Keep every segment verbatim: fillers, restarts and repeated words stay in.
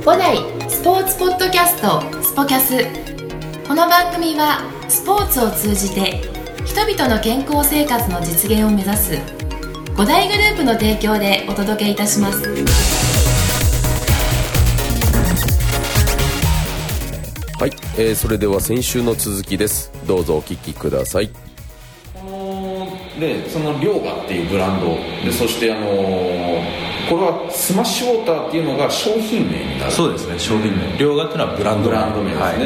五代スポーツポッドキャストスポキャス。この番組はスポーツを通じて人々の健康生活の実現を目指す五大グループの提供でお届けいたします。 はい、えー、それでは先週の続きです。どうぞお聞きください。 このでその涼河っていうブランドで、そしてあのーこれはスマッシュウォーターっていうのが商品名になる。 そうですね、商品名。涼河っていうのはブランド名。 ブランド名ですね、はい、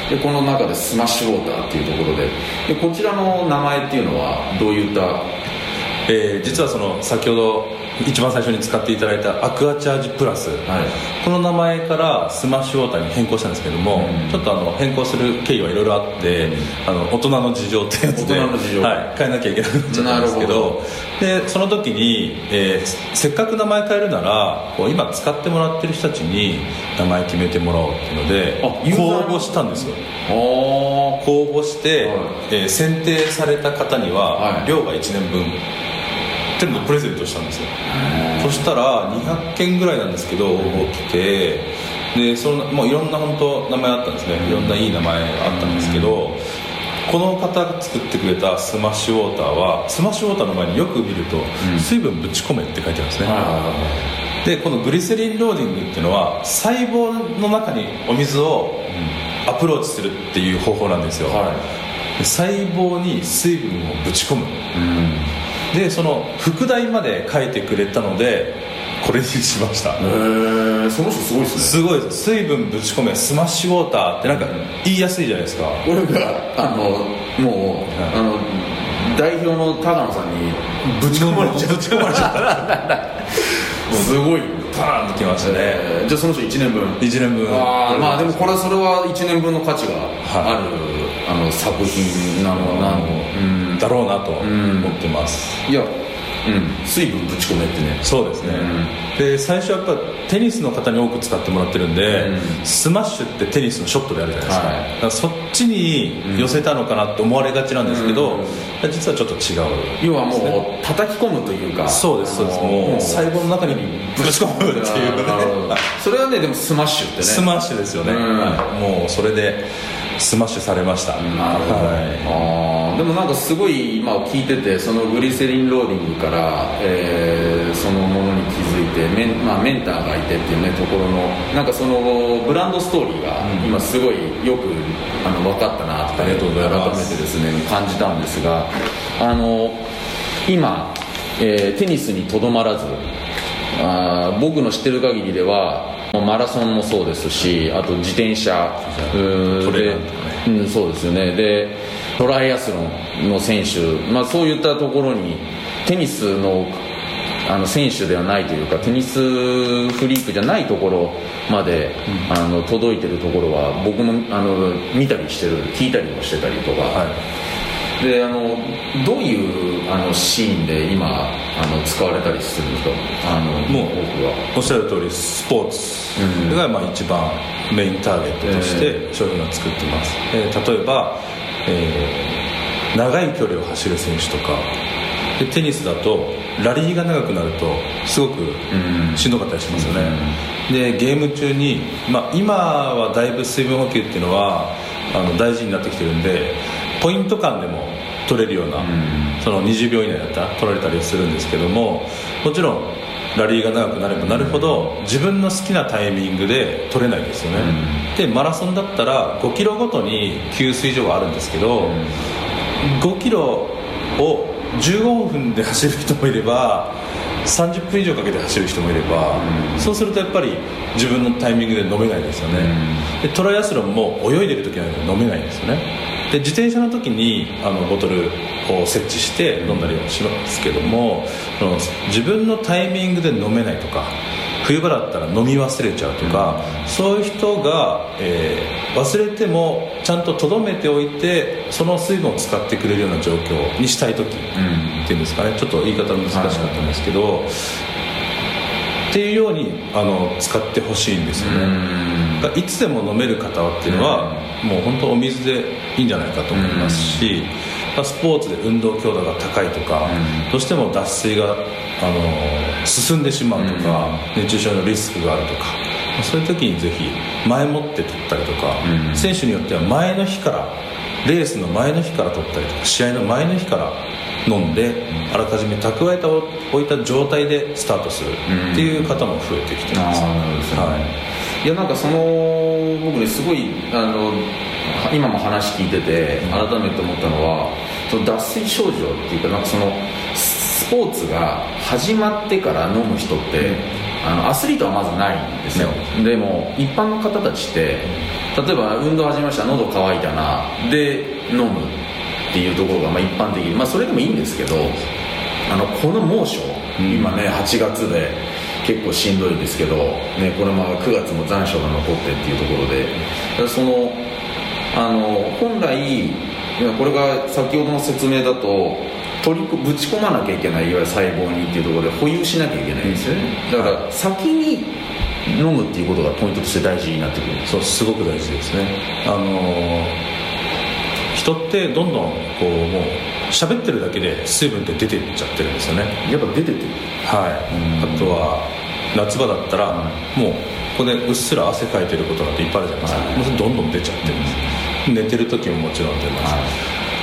でこの中でスマッシュウォーターっていうところで、でこちらの名前っていうのはどういった、 えー、実はその先ほど一番最初に使っていただいたアクアチャージプラス、はい、この名前からスマッシュウォーターに変更したんですけども、うん、ちょっとあの変更する経緯はいろいろあって、うん、あの大人の事情ってやつで、 大人の事情、 はい、変えなきゃいけなくなっちゃったんですけど、でその時に、えー、せっかく名前変えるならこう今使ってもらってる人たちに名前決めてもらおうっていうので公募したんですよ。公募して、はい、えー、選定された方には、はい、寮がいちねんぶん全部プレゼントしたんですよ。そしたらにひゃっけんぐらいなんですけど応募来て、でそのもういろんな本当名前あったんですね。いろんないい名前があったんですけど、この方が作ってくれたスマッシュウォーターはスマッシュウォーターの前によく見ると、うん、水分ぶち込めって書いてあるんですね。でこのグリセリンローディングっていうのは細胞の中にお水をアプローチするっていう方法なんですよ、はい、で細胞に水分をぶち込む、うん、でその副題まで書いてくれたのでこれにしました。 へー、その人すごいですね。 すごいです。水分ぶち込めスマッシュウォーターってなんか言いやすいじゃないですか。 俺があのもう、はい、あの代表の高野さんにぶち込まれちゃうぶち込まれちゃったすごいパーンときましたね、 えー、じゃあその人いちねんぶんいちねんぶん。 あまあでもこれそれはいちねんぶんの価値がある、はい、あの作品なのなの、 うん、だろうなと思ってます。 いやうん、水分ぶち込めってね。 そうですね、うん、で最初はやっぱテニスの方に多く使ってもらってるんで、うん、スマッシュってテニスのショットであるじゃないですか、はい、だからそっちに寄せたのかなって思われがちなんですけど、うん、実はちょっと違う、 要はもう叩き込むというか。 そうですそうです。もう細胞の中にぶち込むっていうねそれはねでもスマッシュってねスマッシュですよね、うん、はい、もうそれでスマッシュされました。 なるほど、はい、あでもなんかすごい今聞いてて、そのグリセリンローディングから、えー、そのものに気づいてメン、まあ、メンターがいてっていうねところのなんかそのブランドストーリーが今すごいよく、うん、あの分かったなとか、ね、改めてですね感じたんですが、あの今、えー、テニスにとどまらず、あ僕の知ってる限りではマラソンもそうですし、あと自転車トレーナーとかね、 うん、そうですよね。でトライアスロンの選手、まあ、そういったところにテニスの、あの選手ではないというかテニスフリークじゃないところまで、うん、あの届いてるところは僕もあの見たりしてる聞いたりもしてたりとか、はい、であのどういうあのシーンで今あの使われたりするんですか。あのもう僕はおっしゃる通りスポーツがまあ一番メインターゲットとして商品を作ってます、えー、例えば、えー、長い距離を走る選手とかで、テニスだとラリーが長くなるとすごくしんどかったりしますよね、うん、でゲーム中に、まあ、今はだいぶ水分補給っていうのはあの大事になってきてるんでポイント間でも取れるような、うん、そのにじゅうびょう以内だったら取られたりするんですけども、もちろんラリーが長くなればなるほど自分の好きなタイミングで取れないですよね、うん、でマラソンだったらごキロごとに給水所があるんですけど、うん、ごキロをじゅうごふんで走る人もいればさんじゅっぷん以上かけて走る人もいれば、うん、そうするとやっぱり自分のタイミングで飲めないですよね、うん、でトライアスロンも泳いでる時は飲めないんですよね。で自転車の時にあのボトルを設置して飲んだりはしますけども、その自分のタイミングで飲めないとか冬場だったら飲み忘れちゃうとか、うん、そういう人が、えー、忘れてもちゃんと留めておいてその水分を使ってくれるような状況にしたい時っていうんですかね、ちょっと言い方難しかったんですけど、はい、っていうようにあの使ってほしいんですよね。うん、いつでも飲める方はっていうのは、うん、もう本当お水でいいんじゃないかと思いますし、うん、スポーツで運動強度が高いとか、うん、どうしても脱水があの進んでしまうとか、うん、熱中症のリスクがあるとかそういう時にぜひ前もって取ったりとか、うん、選手によっては前の日からレースの前の日から取ったりとか試合の前の日から飲んで、うん、あらかじめ蓄えておいた状態でスタートするっていう方も増えてきてます、うん、あ、なるほどですね、はい、 いやなんかその僕ねすごいあの今も話聞いてて改めて思ったのは、その脱水症状っていうか、なんかそのスポーツが始まってから飲む人って、うん、あのアスリートはまずないんですよ、うん、でも一般の方たちって例えば運動始めました、喉乾いたなで飲むっていうところがまあ一般的に、まあ、それでもいいんですけど、あのこの猛暑、うん、今ねはちがつで結構しんどいですけど、ね、これまくがつも残暑が残ってっていうところで、そのあの本来これが先ほどの説明だと取りぶち込まなきゃいけない、いわゆる細胞にっていうところで保有しなきゃいけないんですよね。だから先に飲むっていうことがポイントとして大事になってくる。 そう、すごく大事ですね。あの人ってどんどんこうもう喋ってるだけで水分って出てっちゃってるんですよね。 やっぱ出ててる。 はい。あとは夏場だったら、うん、もうここでうっすら汗かいてることなんていっぱいあるじゃないですか、はい、もうどんどん出ちゃってるんです、うん、寝てる時ももちろん出ます、はい、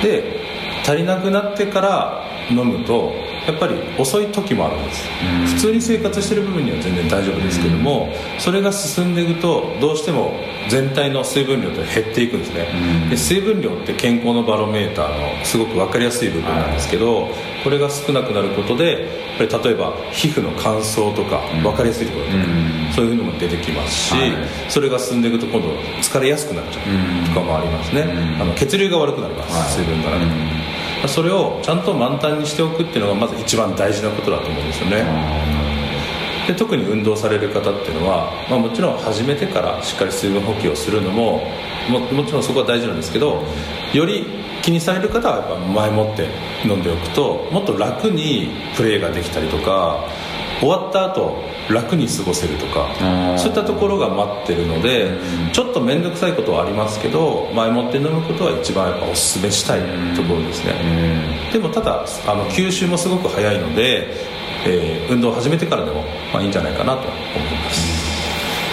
で足りなくなってから飲むとやっぱり遅い時もあるんです、うん、普通に生活してる部分には全然大丈夫ですけども、うん、それが進んでいくとどうしても全体の水分量って減っていくんですね、うん、で水分量って健康のバロメーターのすごく分かりやすい部分なんですけど、はい、これが少なくなることでやっぱり例えば皮膚の乾燥とか分かりやすいところとか、うん、そういうのも出てきますし、はい、それが進んでいくと今度疲れやすくなっちゃうとかもありますね、うん、あの血流が悪くなります、はい、水分がなくて、うん、それをちゃんと満タンにしておくっていうのがまず一番大事なことだと思うんですよね。で特に運動される方っていうのは、まあ、もちろん始めてからしっかり水分補給をするのも も, もちろんそこは大事なんですけど、より気にされる方はやっぱ前もって飲んでおくともっと楽にプレーができたりとか、終わった後楽に過ごせるとか、そういったところが待ってるので、うん、ちょっと面倒くさいことはありますけど前もって飲むことは一番やっぱおすすめしたいところですね、うん、でもただあの吸収もすごく早いので、えー、運動を始めてからでも、まあ、いいんじゃないかなと思います、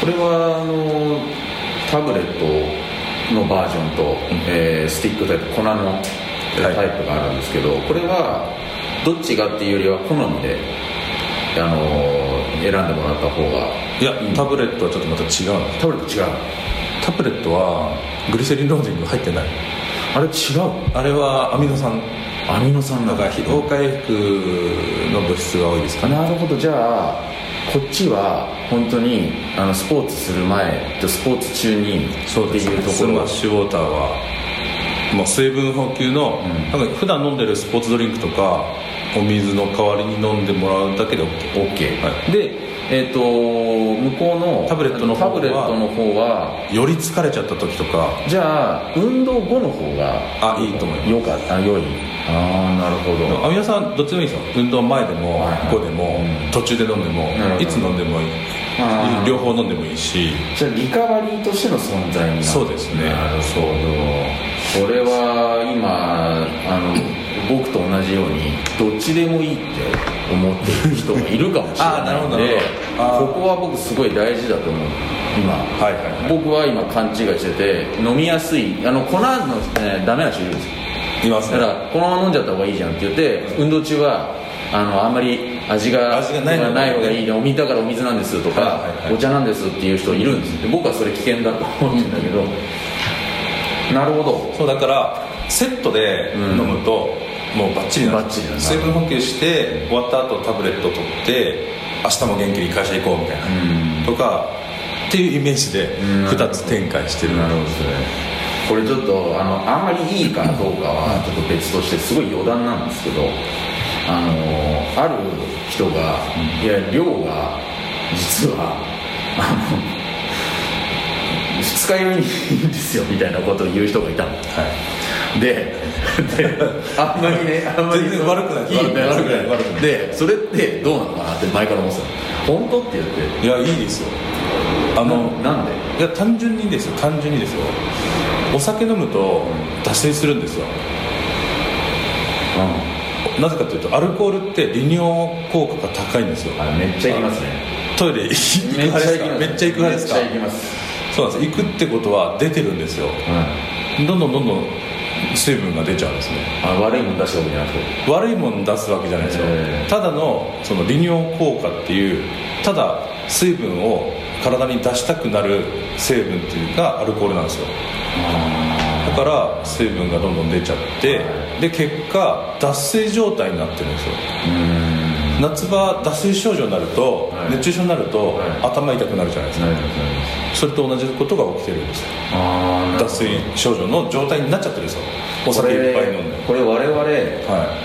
うん、これはあのタブレットのバージョンと、うんえー、スティックタイプ粉のタイプがあるんですけど、はい、これはどっちがっていうよりは好みであの選んでもらった方がいや、タブレットはちょっとまた違う。 タブレット違う。 タブレットはグリセリンローディング入ってない。 あれ違う。 あれはアミノ酸アミノ酸だから疲労回復の物質が多いですかね。 なるほど。じゃあこっちは本当にあのスポーツする前とスポーツ中にそうです、ね、っていうところ、スマッシュウォーターはもう水分補給の、うん、なんか普段飲んでるスポーツドリンクとかお水の代わりに飲んでもらうだけで OK, OK、はい、で、えー、と向こうのタブレットの方はタブレットの方はより疲れちゃった時とか、 じゃあ運動後の方があいいと思います。 よかった良い。ああなるほど。 あ皆さんどっちでもいいですよ。運動前でも、はいはい、後でも、うん、途中で飲んでもいつ飲んでもいい、両方飲んでもいいし、 じゃあリカバリーとしての存在になる。 そうですね。 なるほど。これは今あの僕と同じようにどっちでもいいって思ってる人がいるかもしれないのでここは僕すごい大事だと思う今、はいはいはい、僕は今勘違いしてて飲みやすいあの粉の、ね、ダメな人いるんですよ。 いますね。 だからこのまま飲んじゃった方がいいじゃんって言って運動中はあのあんまり味が味がないのがいいね、お水だからお水なんですとか、はいはいはい、お茶なんですっていう人いるんです。で僕はそれ危険だと思うんだけど、うん、なるほど。 そうだからセットで飲むと、うん、もうバッチリなんです。水分補給して終わった後タブレット取って明日も元気に会社行こうみたいな、うん、とかっていうイメージでふたつ展開してる。 なるほどですね。これちょっとあのあんまりいいかどうかはちょっと別としてすごい余談なんですけど、あのある人が、うん、いや量が実はあの二日酔いにいいんですよみたいなことを言う人がいたの、はい、で, であんまりねあんまり全然悪くないいい悪くない悪くない悪くないでそれってどうなのかなって前から思ってた。本当って言っていやいいですよ。あのな, なんでいや単純にですよ単純にですよお酒飲むと脱水するんですよ、うん、なぜかというとアルコールって利尿効果が高いんですよ。 あめっちゃいきますね。 トイレ行く派ですか？めっちゃ行く派ですか？ めっちゃ行きます。 そうなんです。行くってことは出てるんですよ、うん、どんどんどんどん水分が出ちゃうんですね。 あ、悪いもん出すわけじゃなくて、 悪いもん出すわけじゃないですよ。ただのその利尿効果っていう、ただ水分を体に出したくなる成分っていうのがアルコールなんですよ。だから水分がどんどん出ちゃって、で結果脱水状態になってるんですよ。うん、夏場脱水症状になると、はい、熱中症になると、はい、頭痛くなるじゃないですか、はい、それと同じことが起きてるんですよ。あ、脱水症状の状態になっちゃってるんですよ、お酒いっぱい飲んで。 これ我々、はい、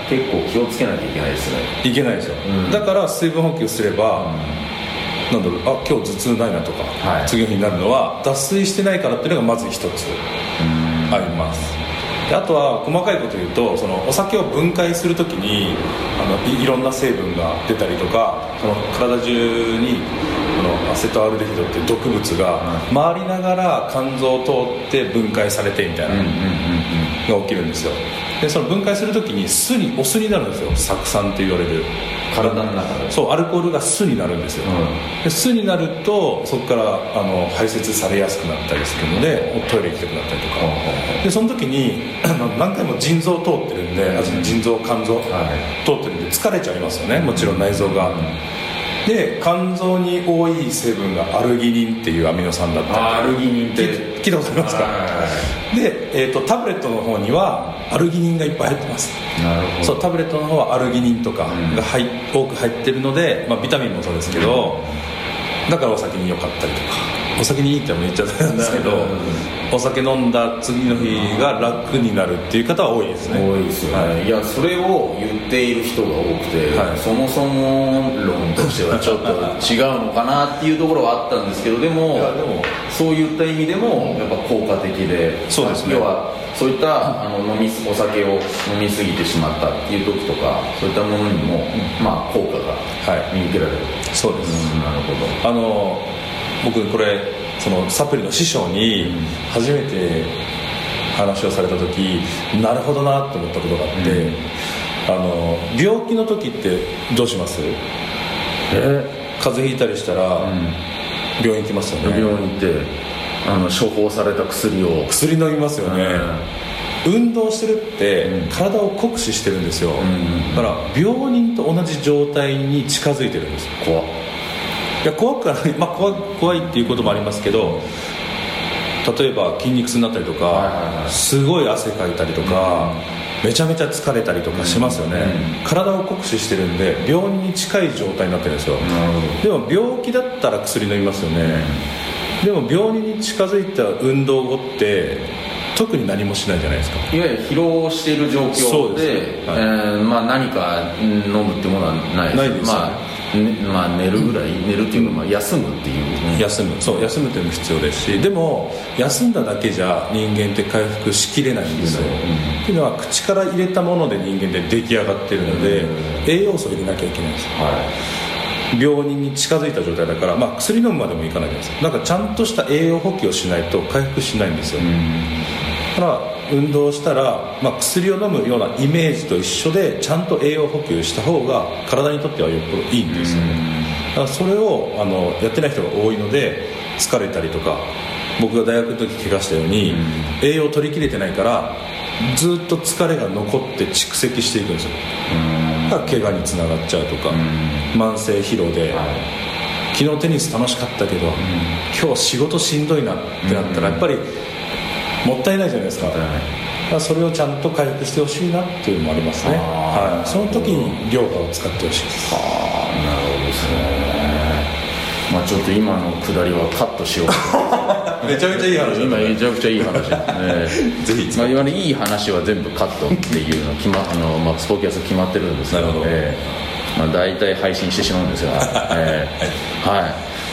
結構気をつけなきゃいけないですね。 いけないですよ、うん、だから水分補給すれば、うん、なんだろう、あ、今日頭痛ないなとか、はい、次の日になるのは脱水してないからっていうのがまず一つあります。であとは細かいこと言うと、そのお酒を分解するときにあの い, いろんな成分が出たりとか、その体中にこのアセトアルデヒドっていう毒物が回りながら肝臓を通って分解されてみたいなのが起きるんですよ。でその分解するときに酢にお酢になるんですよ、酢酸って言われる体の中で。 そう、アルコールが酢になるんですよ、うん、で酢になるとそこからあの排泄されやすくなったりするのでトイレ行きたくなったりとか、うん、でその時に何回も腎臓通ってるんで、うん、腎臓肝臓、はい、通ってるんで疲れちゃいますよね、もちろん内臓が、うん、で肝臓に多い成分がアルギニンっていうアミノ酸だったり。 アルギニンって聞いたことありますか？で、えーと、タブレットの方にはアルギニンがいっぱい入ってます。なるほど。そう、タブレットの方はアルギニンとかが入、うん、多く入ってるので、まあ、ビタミンもそうですけど、うん、だからお酒に良かったりとか、お酒にいいって言っちゃったんですけど、お酒飲んだ次の日が楽になるっていう方は多いですね。 多いですよね、はい、いやそれを言っている人が多くて、はい、そもそも論としてはちょっと違うのかなっていうところはあったんですけど、でも、でもそういった意味でもやっぱ効果的で、 そうですね、 要はそういったあの飲みお酒を飲みすぎてしまったっていう時とか、そういったものにも、うん、まあ効果が見受けられる、はい、 そうです、 うん、なるほど。 あの僕これそのサプリの師匠に初めて話をされた時、なるほどなって思ったことがあって、うん、あの病気の時ってどうします？え風邪ひいたりしたら、うん、病院行きますよね。 病院行ってあの処方された薬を薬飲みますよね、うん、運動してるって体を酷使してるんですよ、うん、だから病人と同じ状態に近づいてるんですよ。 怖っ。 いや怖くはない、まあ、怖, 怖いっていうこともありますけど、例えば筋肉痛になったりとか、はいはいはい、すごい汗かいたりとか、うん、めちゃめちゃ疲れたりとかしますよね、うん、体を酷使してるんで病人に近い状態になってるんですよ、うん、でも病気だったら薬飲みますよね、うん、でも病人に近づいた運動後って特に何もしないじゃないですか。 いわゆる疲労している状況 で, で、はい、えーまあ、何か飲むってものはないです。 ないですよね、 まあまあ、寝るぐらい、うん、寝るっていうか、まあ、休むっていう、ね、 休む、そう、休むっていうのも必要ですし、でも休んだだけじゃ人間って回復しきれないんですよ、うん、っていうのは口から入れたもので人間って出来上がってるので、うん、栄養素を入れなきゃいけないんですよ、はい、病人に近づいた状態だから、まあ、薬飲むまでもいかないじゃないですか。なんかちゃんとした栄養補給をしないと回復しないんですよ、うん、だから運動したら、まあ、薬を飲むようなイメージと一緒でちゃんと栄養補給した方が体にとってはよっぽどいいんですよね。だからそれをあのやってない人が多いので疲れたりとか、僕が大学の時怪我したように栄養取り切れてないからずっと疲れが残って蓄積していくんですよ。だから怪我につながっちゃうとか、慢性疲労で昨日テニス楽しかったけど今日仕事しんどいなってなったらやっぱりもったいないじゃないですか。だからそれをちゃんと回復してほしいなっていうのもありますね、はい、その時に量化を使ってほしいです。 ああ、なるほどですね。まあちょっと今のくだりはカットしようめちゃめちゃいい話、 今めちゃくちゃいい話ですねぜひ、まあ、いわゆるいい話は全部カットっていうの決まあの、まあ、スポーキャス決まってるんですけど、なるほど、えーまあ、大体配信してしまうんですが、えー、はい、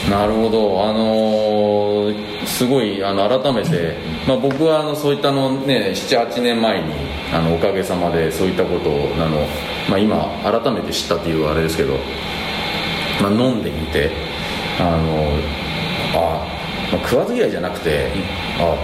なるほど。あのー、すごいあの改めて、まあ、僕はあのそういったのねななはちねんまえにあのおかげさまでそういったことをあの、まあ、今改めて知ったというあれですけど、まあ、飲んでみてあのあ、まあ、食わず嫌いじゃなくて、あ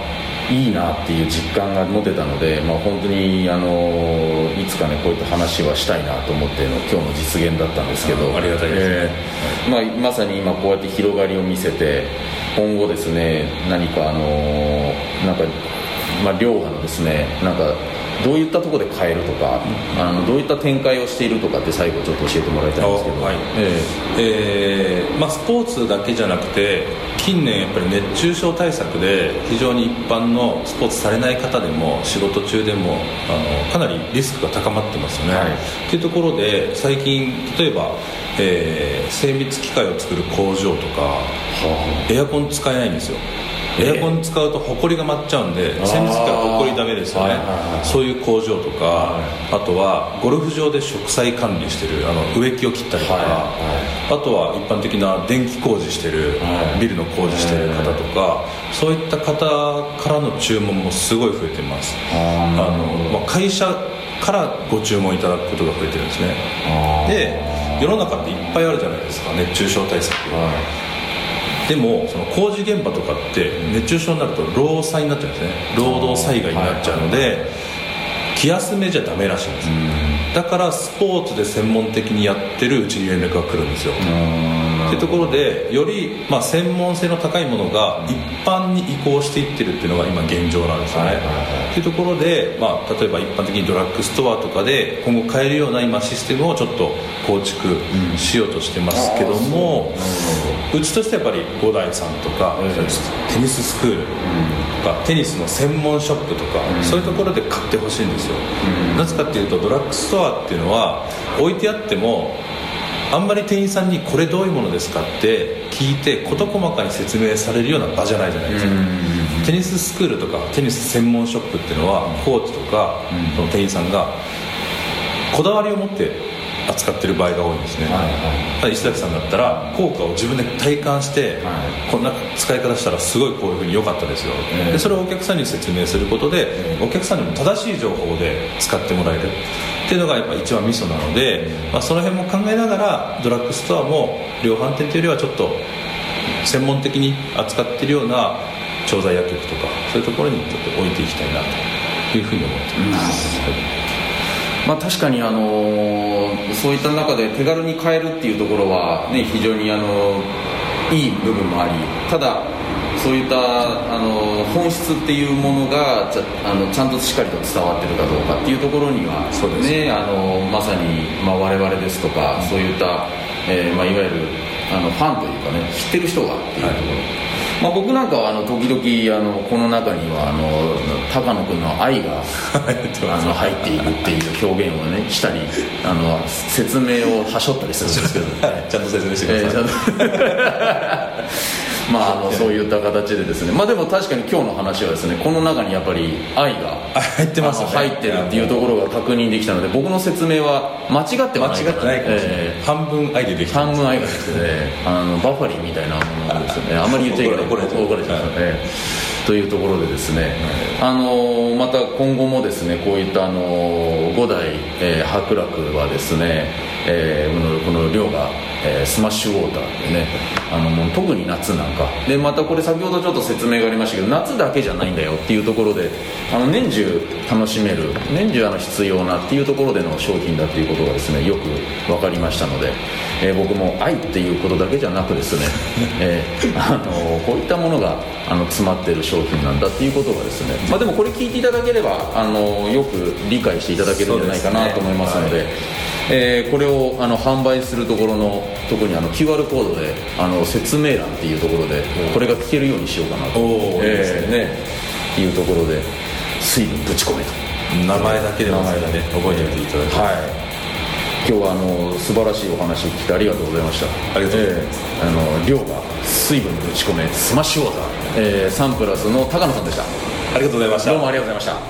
いいなっていう実感が持てたので、まあ、本当にあのいつかねこういった話はしたいなと思っての今日の実現だったんですけど、 ありがたいです、 えーまあ、まさに今こうやって広がりを見せて今後ですね何かあのなんか、まあ、量派のですねなんかどういったところで変えるとか、あのどういった展開をしているとかって最後ちょっと教えてもらいたいんですけど、 はいえーえーまあ、スポーツだけじゃなくて近年やっぱり熱中症対策で非常に一般のスポーツされない方でも仕事中でもあのかなりリスクが高まってますよね、はい、というところで最近例えば、えー、精密機械を作る工場とか、はあ、エアコン使えないんですよ。エアコン使うとホコリが舞っちゃうんで精密機械はホコリダメですよね、はいはいはい、そういう工場とか、はい、あとはゴルフ場で植栽管理してるあの植木を切ったりとか、はいはい、あとは一般的な電気工事してる、はい、ビルの工事してる方とか、はい、そういった方からの注文もすごい増えてます。あの、まあ、会社からご注文いただくことが増えてるんですね。で世の中っていっぱいあるじゃないですか熱中症対策、はいでもその工事現場とかって熱中症になると労災になっちゃうんですね。労働災害になっちゃうので、はいはい、気休めじゃダメらしいんです。だからスポーツで専門的にやってるうちに連絡が来るんですよ。っていうところでより、まあ、専門性の高いものが一般に移行していってるっていうのが今現状なんですよね、はいはいはい、っていうところで、まあ、例えば一般的にドラッグストアとかで今後買えるような今システムをちょっと構築しようとしてますけども、うん、うちとしてはやっぱり五代さんとか、うん、テニススクールとかテニスの専門ショップとか、うん、そういうところで買ってほしいんですよ、うん、なぜかっていうとドラッグストアっていうのは置いてあってもあんまり店員さんにこれどういうものですかって聞いて事細かに説明されるような場じゃないじゃないですか。テニススクールとかテニス専門ショップっていうのはコーチとかその店員さんがこだわりを持って扱ってる場合が多いんですね、はいはい、石崎さんだったら効果を自分で体感して、はい、こんな使い方したらすごいこういう風に良かったですよ、えー、でそれをお客さんに説明することで、えー、お客さんにも正しい情報で使ってもらえるっていうのがやっぱ一番ミソなので、まあ、その辺も考えながらドラッグストアも量販店というよりはちょっと専門的に扱っているような調剤薬局とかそういうところにちょっと置いていきたいなというふうに思っています、 まあ、確かに、あのー、そういった中で手軽に買えるっていうところは、ね、非常に、あのー、いい部分もありただそういったあの本質っていうものがち ゃ, あのちゃんとしっかりと伝わってるかどうかっていうところにはそうです、ね、あのまさに、まあ、我々ですとか、うん、そういった、えーまあ、いわゆるあのファンというかね知ってる人がっていうところ、はいまあ、僕なんかはあの時々あのこの中にはあの高野君の愛があの入っているっていう表現をねしたりあの説明をはしょったりするんですけど、ね、 ちゃんと説明してください、 えーまあ、あのそういった形でですね、まあ、でも確かに今日の話はですねこの中にやっぱり愛が入ってます、ね、 入ってるっていうところが確認できたので僕の説明は間違ってはない間違ってないかもしれない、えー、半分愛でできてます、 半分愛ができてねあのバファリンみたいなものですよねあんまり言っちゃいけない怒られちゃうからねというところでですね、あのまた今後もですねこういったあの五代、えー、伯楽はですね、えー、この量が、えー、スマッシュウォーターでねあのもう特に夏なんかでまたこれ先ほどちょっと説明がありましたけど夏だけじゃないんだよっていうところであの年中楽しめる年中あの必要なっていうところでの商品だっていうことがですねよく分かりましたので、えー、僕も愛っていうことだけじゃなくですね、えー、あのこういったものがあの詰まっている商品なんだっていうことがですね、まあ、でもこれ聞いていただければあのよく理解していただけるんじゃないかなと思いますので、えー、これをあの販売するところの特にあの キューアール コードであの説明欄っていうところでこれが聞けるようにしようかなと、えー、ねいうところで水分ぶち込めと名前だけでもね覚えておいていただいて、 はい、今日はあの素晴らしいお話を聞いてありがとうございました。 ありがとうございます、 えー、あの量が水分ぶち込めスマッシュウォーター、えー、サンプラスの高野さんでした。 ありがとうございました。 どうもありがとうございました。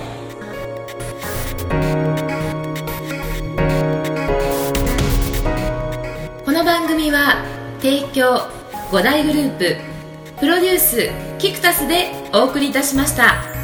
この番組は提供五大グループプロデュースキクタスでお送りいたしました。